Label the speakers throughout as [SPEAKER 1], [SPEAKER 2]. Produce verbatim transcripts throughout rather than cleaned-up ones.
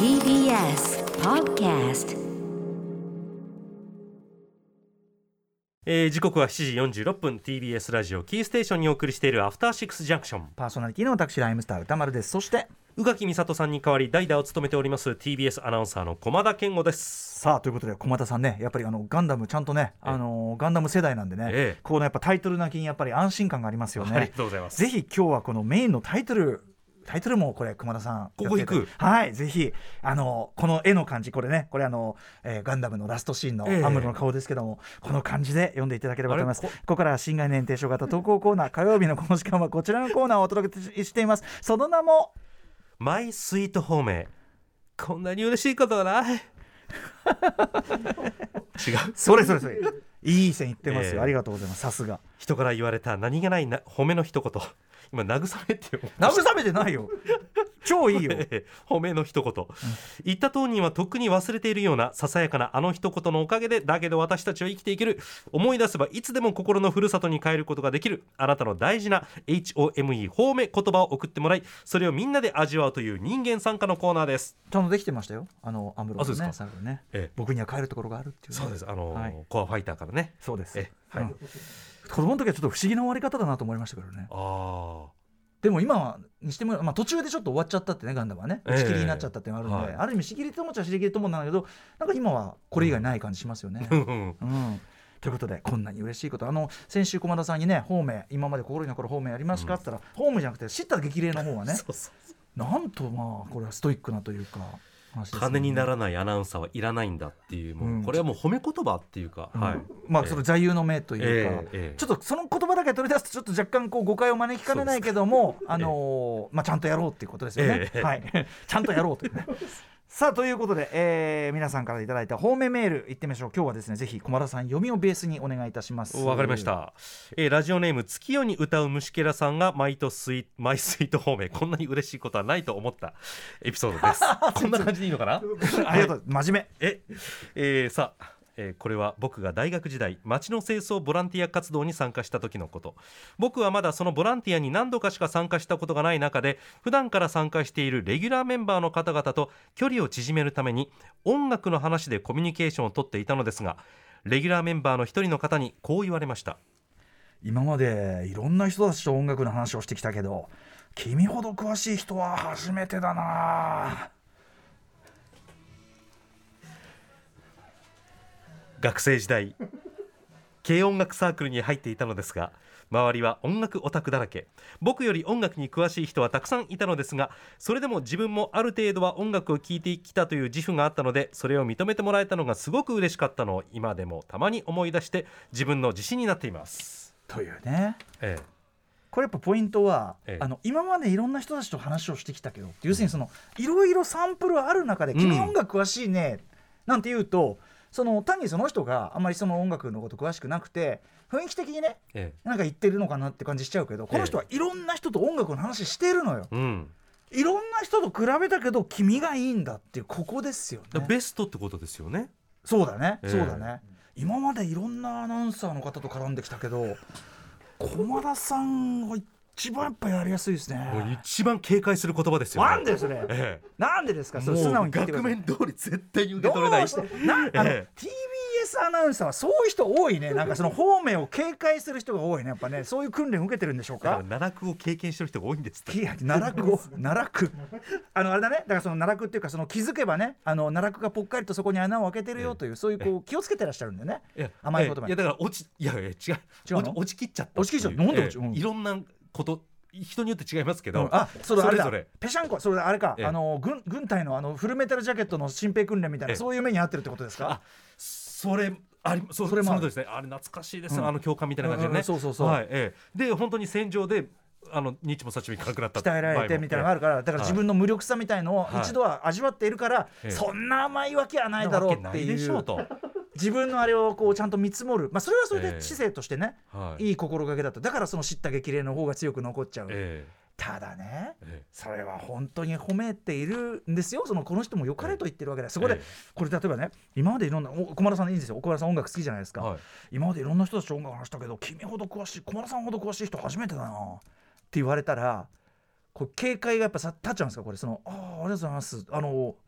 [SPEAKER 1] ティービーエス Podcast。
[SPEAKER 2] えー、時刻はしちじよんじゅうろっぷん ティービーエス ラジオキーステーションにお送りしているアフターシックスジャンクション、
[SPEAKER 3] パーソナリティの私ライムスター歌丸です。そして
[SPEAKER 2] 宇垣美里さんに代わり代打を務めております ティービーエス アナウンサーの駒田健吾です。
[SPEAKER 3] さあということで駒田さんね、やっぱりあのガンダムちゃんとね、あのーガンダム世代なんでね、
[SPEAKER 2] ええ、
[SPEAKER 3] このやっぱタイトルなきにやっぱり安心感がありますよね。
[SPEAKER 2] ありがとうございます。
[SPEAKER 3] ぜひ今日はこのメインのタイトルタイトルもこれ駒田さん
[SPEAKER 2] ここ行く、
[SPEAKER 3] はい、ぜひあのこの絵の感じ、これね、これあの、えー、ガンダムのラストシーンのアムロの顔ですけども、えー、この感じで読んでいただければと思います。こ, ここからは新概念提唱型投稿コーナー、火曜日のこの時間はこちらのコーナーをお届けしています。その名も
[SPEAKER 2] マイスイートホーム。こんなに嬉しいことはない違う
[SPEAKER 3] それそれそれいい線いってますよ、
[SPEAKER 2] えー、
[SPEAKER 3] ありがとうございます。さすが
[SPEAKER 2] 人から言われた何気ないな褒めの一言、今慰めって
[SPEAKER 3] 慰めてないよ超いいよ
[SPEAKER 2] 褒めの一言、うん、言った当人はとっくに忘れているようなささやかなあの一言のおかげで、だけど私たちは生きていける、思い出せばいつでも心のふるさとに帰ることができる、あなたの大事な ホーム 褒め言葉を送ってもらい、それをみんなで味わうという人間参加のコーナーです。
[SPEAKER 3] ちゃんとできてましたよ、あのアムロのね、
[SPEAKER 2] あ、そうですか、
[SPEAKER 3] 最後ね、
[SPEAKER 2] ええ、
[SPEAKER 3] 僕には帰るところがあるっていう、ね、
[SPEAKER 2] そうです、あの、
[SPEAKER 3] はい、
[SPEAKER 2] コアファイターからね。
[SPEAKER 3] そうです、
[SPEAKER 2] え、はい、うん、
[SPEAKER 3] 子供の時はちょっと不思議な終わり方だなと思いましたけどね。
[SPEAKER 2] あ
[SPEAKER 3] でも今はにしても、まあ、途中でちょっと終わっちゃったってね、ガンダムはね打ち切りになっちゃったっていうのがあるんで、えーはい、ある意味しきりともっちゃしきりともなんだけど、なんか今はこれ以外ない感じしますよね、うんうんということで、こんなに嬉しいこと、あの先週駒田さんにね、方面今まで心に残る方面ありますかって言ったら、うん、ホームじゃなくて知った激励の方はね
[SPEAKER 2] そうそうそう、
[SPEAKER 3] なんとまあこれはストイックなというか、ね、
[SPEAKER 2] 金にならないアナウンサーはいらないんだっていう、もう、うん、これはもう褒め言葉っていうか、うん、はい、
[SPEAKER 3] まあその座右の銘というか、えーえー、ちょっとその言葉だけ取り出すとちょっと若干こう誤解を招きかねないけども、あのーまあ、ちゃんとやろうっていうことですよね、えーはい、ちゃんとやろうというねさあということで、えー、皆さんからいただいた方面メールいってみましょう。今日はですね、ぜひ駒田さん読みをベースにお願いいたします。
[SPEAKER 2] わかりました、えー、ラジオネーム月夜に歌う虫けらさんがマイとスイマイスイート方面、こんなに嬉しいことはないと思ったエピソードですこんな感じでいいのかな
[SPEAKER 3] ありがとう、真面目。
[SPEAKER 2] え、えー、さあえー、これは僕が大学時代街の清掃ボランティア活動に参加した時のこと。僕はまだそのボランティアに何度かしか参加したことがない中で、普段から参加しているレギュラーメンバーの方々と距離を縮めるために音楽の話でコミュニケーションをとっていたのですが、レギュラーメンバーの一人の方にこう言われました。
[SPEAKER 3] 今までいろんな人たちと音楽の話をしてきたけど、君ほど詳しい人は初めてだな。
[SPEAKER 2] 学生時代軽音楽サークルに入っていたのですが、周りは音楽オタクだらけ。僕より音楽に詳しい人はたくさんいたのですが、それでも自分もある程度は音楽を聴いてきたという自負があったので、それを認めてもらえたのがすごく嬉しかったのを今でもたまに思い出して自分の自信になっています
[SPEAKER 3] というね、
[SPEAKER 2] ええ、
[SPEAKER 3] これやっぱポイントは、ええ、あの今までいろんな人たちと話をしてきたけど、要するにそのいろいろサンプルある中で、君音楽詳しいね、うん、なんて言うと、その単にその人があんまりその音楽のこと詳しくなくて雰囲気的にね、ええ、なんか言ってるのかなって感じしちゃうけど、この人はいろんな人と音楽の話してるのよ、うん、いろんな人と比べたけど君がいいんだっていう、ここですよね。
[SPEAKER 2] ベストってことですよね。
[SPEAKER 3] そうだね、ええ、そうだね。今までいろんなアナウンサーの方と絡んできたけど、駒田さんが一番やっぱやりやすいですね。
[SPEAKER 2] もう一番警戒する言葉ですよね。
[SPEAKER 3] なんでそれ、ええ、なんでですか。それ素直に聞いてください。
[SPEAKER 2] 額面通り絶対に受け取れない。
[SPEAKER 3] どうしてなあの、ええ、ティービーエス アナウンサーはそういう人多いね。なんかその方面を警戒する人が多いね。やっぱね、そういう訓練を受けてるんでしょうか。
[SPEAKER 2] だから奈落を経験してる人が多いんですって。
[SPEAKER 3] いや奈落を奈落あのあれだね。だからその奈落っていうか、その気づけばね、あの奈落がぽっかりとそこに穴を開けてるよという、ええ、そういうこう気をつけてらっしゃるんでね。
[SPEAKER 2] いや
[SPEAKER 3] 甘い言葉に。
[SPEAKER 2] いやだから落ちいやいや違う違う落ちきっちゃった。
[SPEAKER 3] 落ちきっちゃった。なんで落ち、
[SPEAKER 2] ええ、いろんなこと人によって違いますけど、うん、
[SPEAKER 3] あ そ, れそれぞ
[SPEAKER 2] れ
[SPEAKER 3] ペシャンコ、それあれか、
[SPEAKER 2] ええ、
[SPEAKER 3] あの 軍, 軍隊 の, あのフルメタルジャケットの新兵訓練みたいな、そういう目に遭ってるってことですか。
[SPEAKER 2] あ、それあり そ, それもあるですね。あれ懐かしいです、うん、あの教官みたいな感じでね、うんうん、
[SPEAKER 3] そうそうそう、
[SPEAKER 2] はい、ええ、で本当に戦場であのニッチもサッチもいかなくなった
[SPEAKER 3] 鍛えられてみたいなのがあるから、だから自分の無力さみたいのを一度は味わっているから、はい、そんな甘いわけはないだろうっていう、
[SPEAKER 2] でしょうと
[SPEAKER 3] 自分のあれをこうちゃんと見積もる、まあ、それはそれで知性としてね、えーはい、いい心がけだった。だからその知った激励の方が強く残っちゃう、えーただね、ええ、それは本当に褒めているんですよ。そのこの人も良かれと言ってるわけで、そこで、ええ、これ例えばね、今までいろんな駒田さんでいいんですよ。駒田さん音楽好きじゃないですか、はい、今までいろんな人たちと音楽話したけど、君ほど詳しい駒田さんほど詳しい人初めてだなって言われたら、これ警戒がやっぱさ立っちゃうんですか。これその あ, ありがとうございます、あの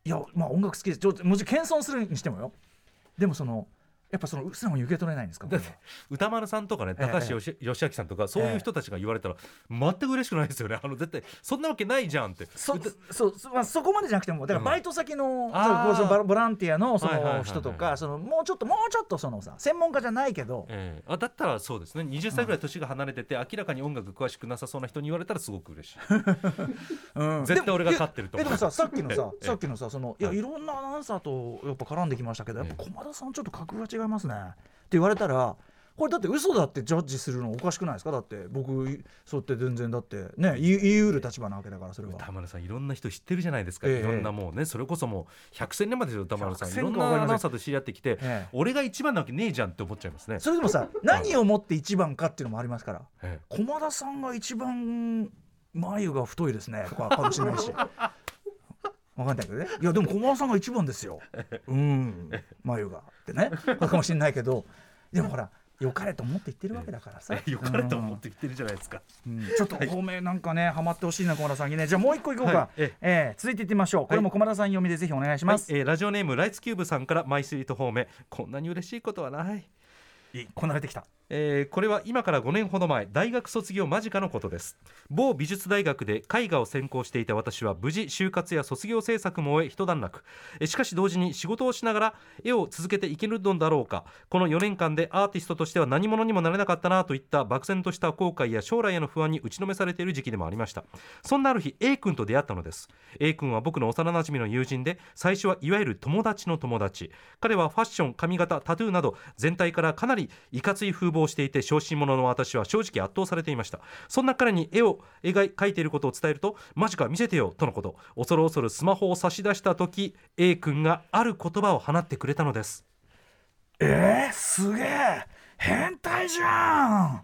[SPEAKER 3] いやまあ音楽好きですちょもちろん謙遜するにしてもよでもそのやっぱその素直に受け取れないんですか。
[SPEAKER 2] だって歌丸さんとかね、高橋義明さんとかそういう人たちが言われたら全く嬉しくないですよね。あの絶対そんなわけないじゃんって。
[SPEAKER 3] そ, そ, そ,、まあ、そこまでじゃなくてもだからバイト先の、うん、そそのボランティアのその人とかそのもうちょっともうちょっとそのさ専門家じゃないけど、
[SPEAKER 2] えー、あだったらそうですね。にじゅっさいぐらい年が離れてて、うん、明らかに音楽詳しくなさそうな人に言われたらすごく嬉しい、うん、絶対俺が勝ってると思う。
[SPEAKER 3] でもささっきのささっきのさそのいやいろんなアナウンサーとやっぱ絡んできましたけどやっぱ駒田さんちょっと格が違いますねって言われたらこれだって嘘だってジャッジするのおかしくないですか。だって僕そうって全然だってね言いうる立場なわけだからそれは。
[SPEAKER 2] 歌丸さんいろんな人知ってるじゃないですか、ええ、いろんなもうねそれこそもう百戦錬磨ですよ歌丸さん。いろんなアナウンサーと知り合ってきて、ええ、俺が一番なわけねえじゃんって思っちゃいますね。
[SPEAKER 3] それでもさ何をもって一番かっていうのもありますから、ええ、駒田さんが一番眉が太いですねとかかもしれないしわかんないけどね。いやでも駒田さんが一番ですようん眉がってねかもしれないけどでもほら良かれと思って言ってるわけだからさ
[SPEAKER 2] 良かれと思って言ってるじゃないですか、
[SPEAKER 3] うん、ちょっと方面なんかねハマってほしいな駒田さんにね。じゃあもう一個いこうか、はいええー、続いていってみましょう。これも駒田さん読みでぜひお願いします、
[SPEAKER 2] はいえー、ラジオネームライツキューブさんからマイスイート方面。こんなに嬉しいことはない。
[SPEAKER 3] いいこなれてきた。
[SPEAKER 2] えー、これは今からごねんほど前大学卒業間近のことです。某美術大学で絵画を専攻していた私は無事就活や卒業制作も終え一段落。えしかし同時に仕事をしながら絵を続けていけるのだろうか。このよねんかんでアーティストとしては何者にもなれなかったなといった漠然とした後悔や将来への不安に打ちのめされている時期でもありました。そんなある日 A 君と出会ったのです。 A 君は僕の幼馴染の友人で最初はいわゆる友達の友達。彼はファッション髪型タトゥーなど全体からかなりいかつい風貌をしていて小心者の私は正直圧倒されていました。そんな彼に絵を描いていることを伝えるとマジか見せてよとのこと。恐る恐るスマホを差し出した時 A 君がある言葉を放ってくれたのです。
[SPEAKER 3] えー、すげえ変態じゃん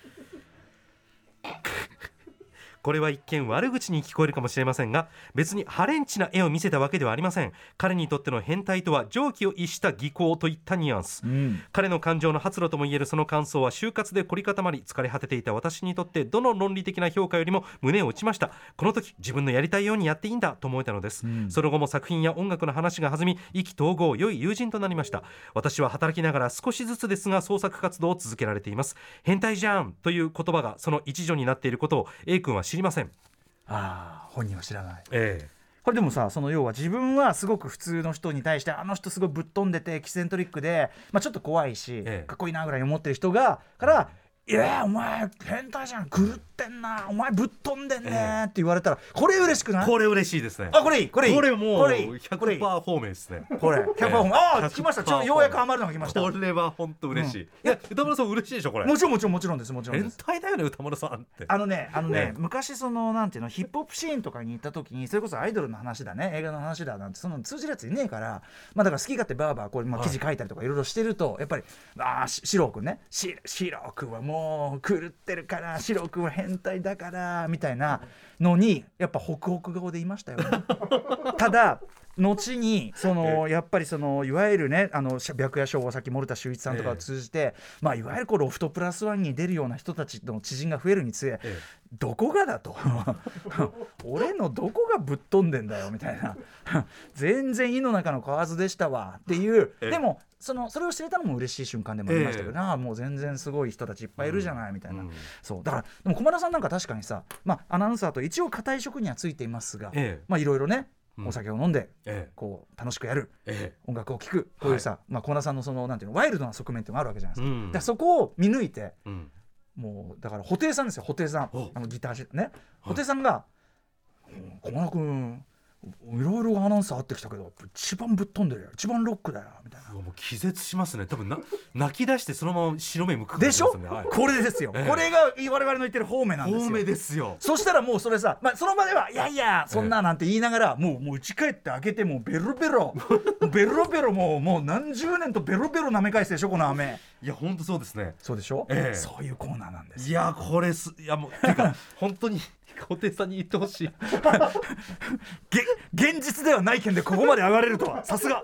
[SPEAKER 2] これは一見悪口に聞こえるかもしれませんが別にハレンチな絵を見せたわけではありません。彼にとっての変態とは常軌を逸した技巧といったニュアンス、うん、彼の感情の発露ともいえるその感想は就活で凝り固まり疲れ果てていた私にとってどの論理的な評価よりも胸を打ちました。この時自分のやりたいようにやっていいんだと思えたのです、うん、その後も作品や音楽の話が弾み意気投合良い友人となりました。私は働きながら少しずつですが創作活動を続けられています。変態じゃんという言葉がその一助になっていることを A 君は知りません。
[SPEAKER 3] ああ本人は知らない、
[SPEAKER 2] ええ、
[SPEAKER 3] これでもさその要は自分はすごく普通の人に対してあの人すごいぶっ飛んでてエキセントリックで、まあ、ちょっと怖いし、ええ、かっこいいなぐらいに思ってる人がからいやお前変態じゃん狂ってんなお前ぶっ飛んでんね、ええ、って言われたらこれ嬉しくない？
[SPEAKER 2] これ嬉しいですね。
[SPEAKER 3] あこれいいこれいい
[SPEAKER 2] これもう ひゃくパーセント 方面ですね。
[SPEAKER 3] これ ひゃくパーセント 方面、ええ、ああ来ましたちょっとようやくハマるのが来ました。
[SPEAKER 2] これは本当嬉しい、うん、いや歌丸さん嬉しいでしょこれ。
[SPEAKER 3] もちろんもちろんもちろんですもちろんです。
[SPEAKER 2] 変態だよね歌丸さんって
[SPEAKER 3] あのねあのね、ね昔そのなんていうのヒップホップシーンとかに行った時にそれこそアイドルの話だね映画の話だなんてその通じるやついねえからまあだから好き勝手バーバーこれ、まあ、記事書いたりとかいろいろしてるとやっぱりああシローくんねシローくんはもう狂ってるからシローくんは変態だからみたいなのにやっぱホクホク顔で言いましたよ、ね、ただ後にそのやっぱりそのいわゆるねあの白夜賞をさっき森田修一さんとかを通じて、ええまあ、いわゆるこうロフトプラスワンに出るような人たちの知人が増えるにつれ、ええ、どこがだと俺のどこがぶっ飛んでんだよみたいな全然井の中の蛙でしたわっていう、ええ、でもそのそれを知れたのも嬉しい瞬間でもありましたけど、ええ、あもう全然すごい人たちいっぱいいるじゃないみたいな、うん、そうだからでも駒田さんなんか確かにさ、まあ、アナウンサーと一応固い職にはついていますが、ええ、まあいろいろねお酒を飲んで、ええ、こう楽しくやる、ええ、音楽を聴くこういうさ、はいまあ、駒田さんのそのなんていうのワイルドな側面っていうのがあるわけじゃないですか、うん、だからそこを見抜いて、うん、もうだから布袋さんですよ布袋さんあのギターね布袋さんが駒田君いろいろアナウンサー会ってきたけど一番ぶっ飛んでるよ一番ロックだよみたいな。
[SPEAKER 2] もう気絶しますね多分な泣き出してそのまま白目向く、
[SPEAKER 3] ね、でしょ、はい、これですよ、ええ、これが我々の言ってる方面なんですよ。
[SPEAKER 2] 方面ですよ。
[SPEAKER 3] そしたらもうそれさ、まあ、その場ではいやいやそんななんて言いながら、ええ、もうもう家帰って開けてもうベロベロベロベロもうもう何十年とベロベロ舐め返してでしょこの飴。い
[SPEAKER 2] や本当そうですね。
[SPEAKER 3] そうでしょ、ええ、そういうコーナーなんですよ。
[SPEAKER 2] いやこれすいやもうてか本当に布袋さんに言ってほしい
[SPEAKER 3] 現実ではない件でここまで上がれるとはさすが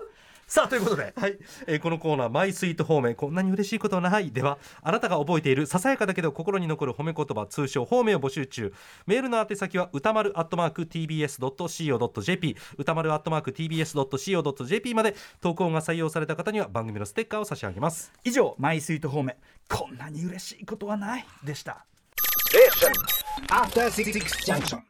[SPEAKER 3] さあということで、
[SPEAKER 2] はいえー、このコーナーマイスイート方面こんなに嬉しいことはないでは、あなたが覚えているささやかだけど心に残る褒め言葉、通称方面を募集中。メールの宛先は歌丸アットマーク ティービーエスドットシーオードットジェーピー 歌丸アットマーク ティービーエスドットシーオードットジェーピー まで。投稿が採用された方には番組のステッカーを差し上げます。
[SPEAKER 3] 以上マイスイート方面こんなに嬉しいことはないでした。
[SPEAKER 4] After Six Junction.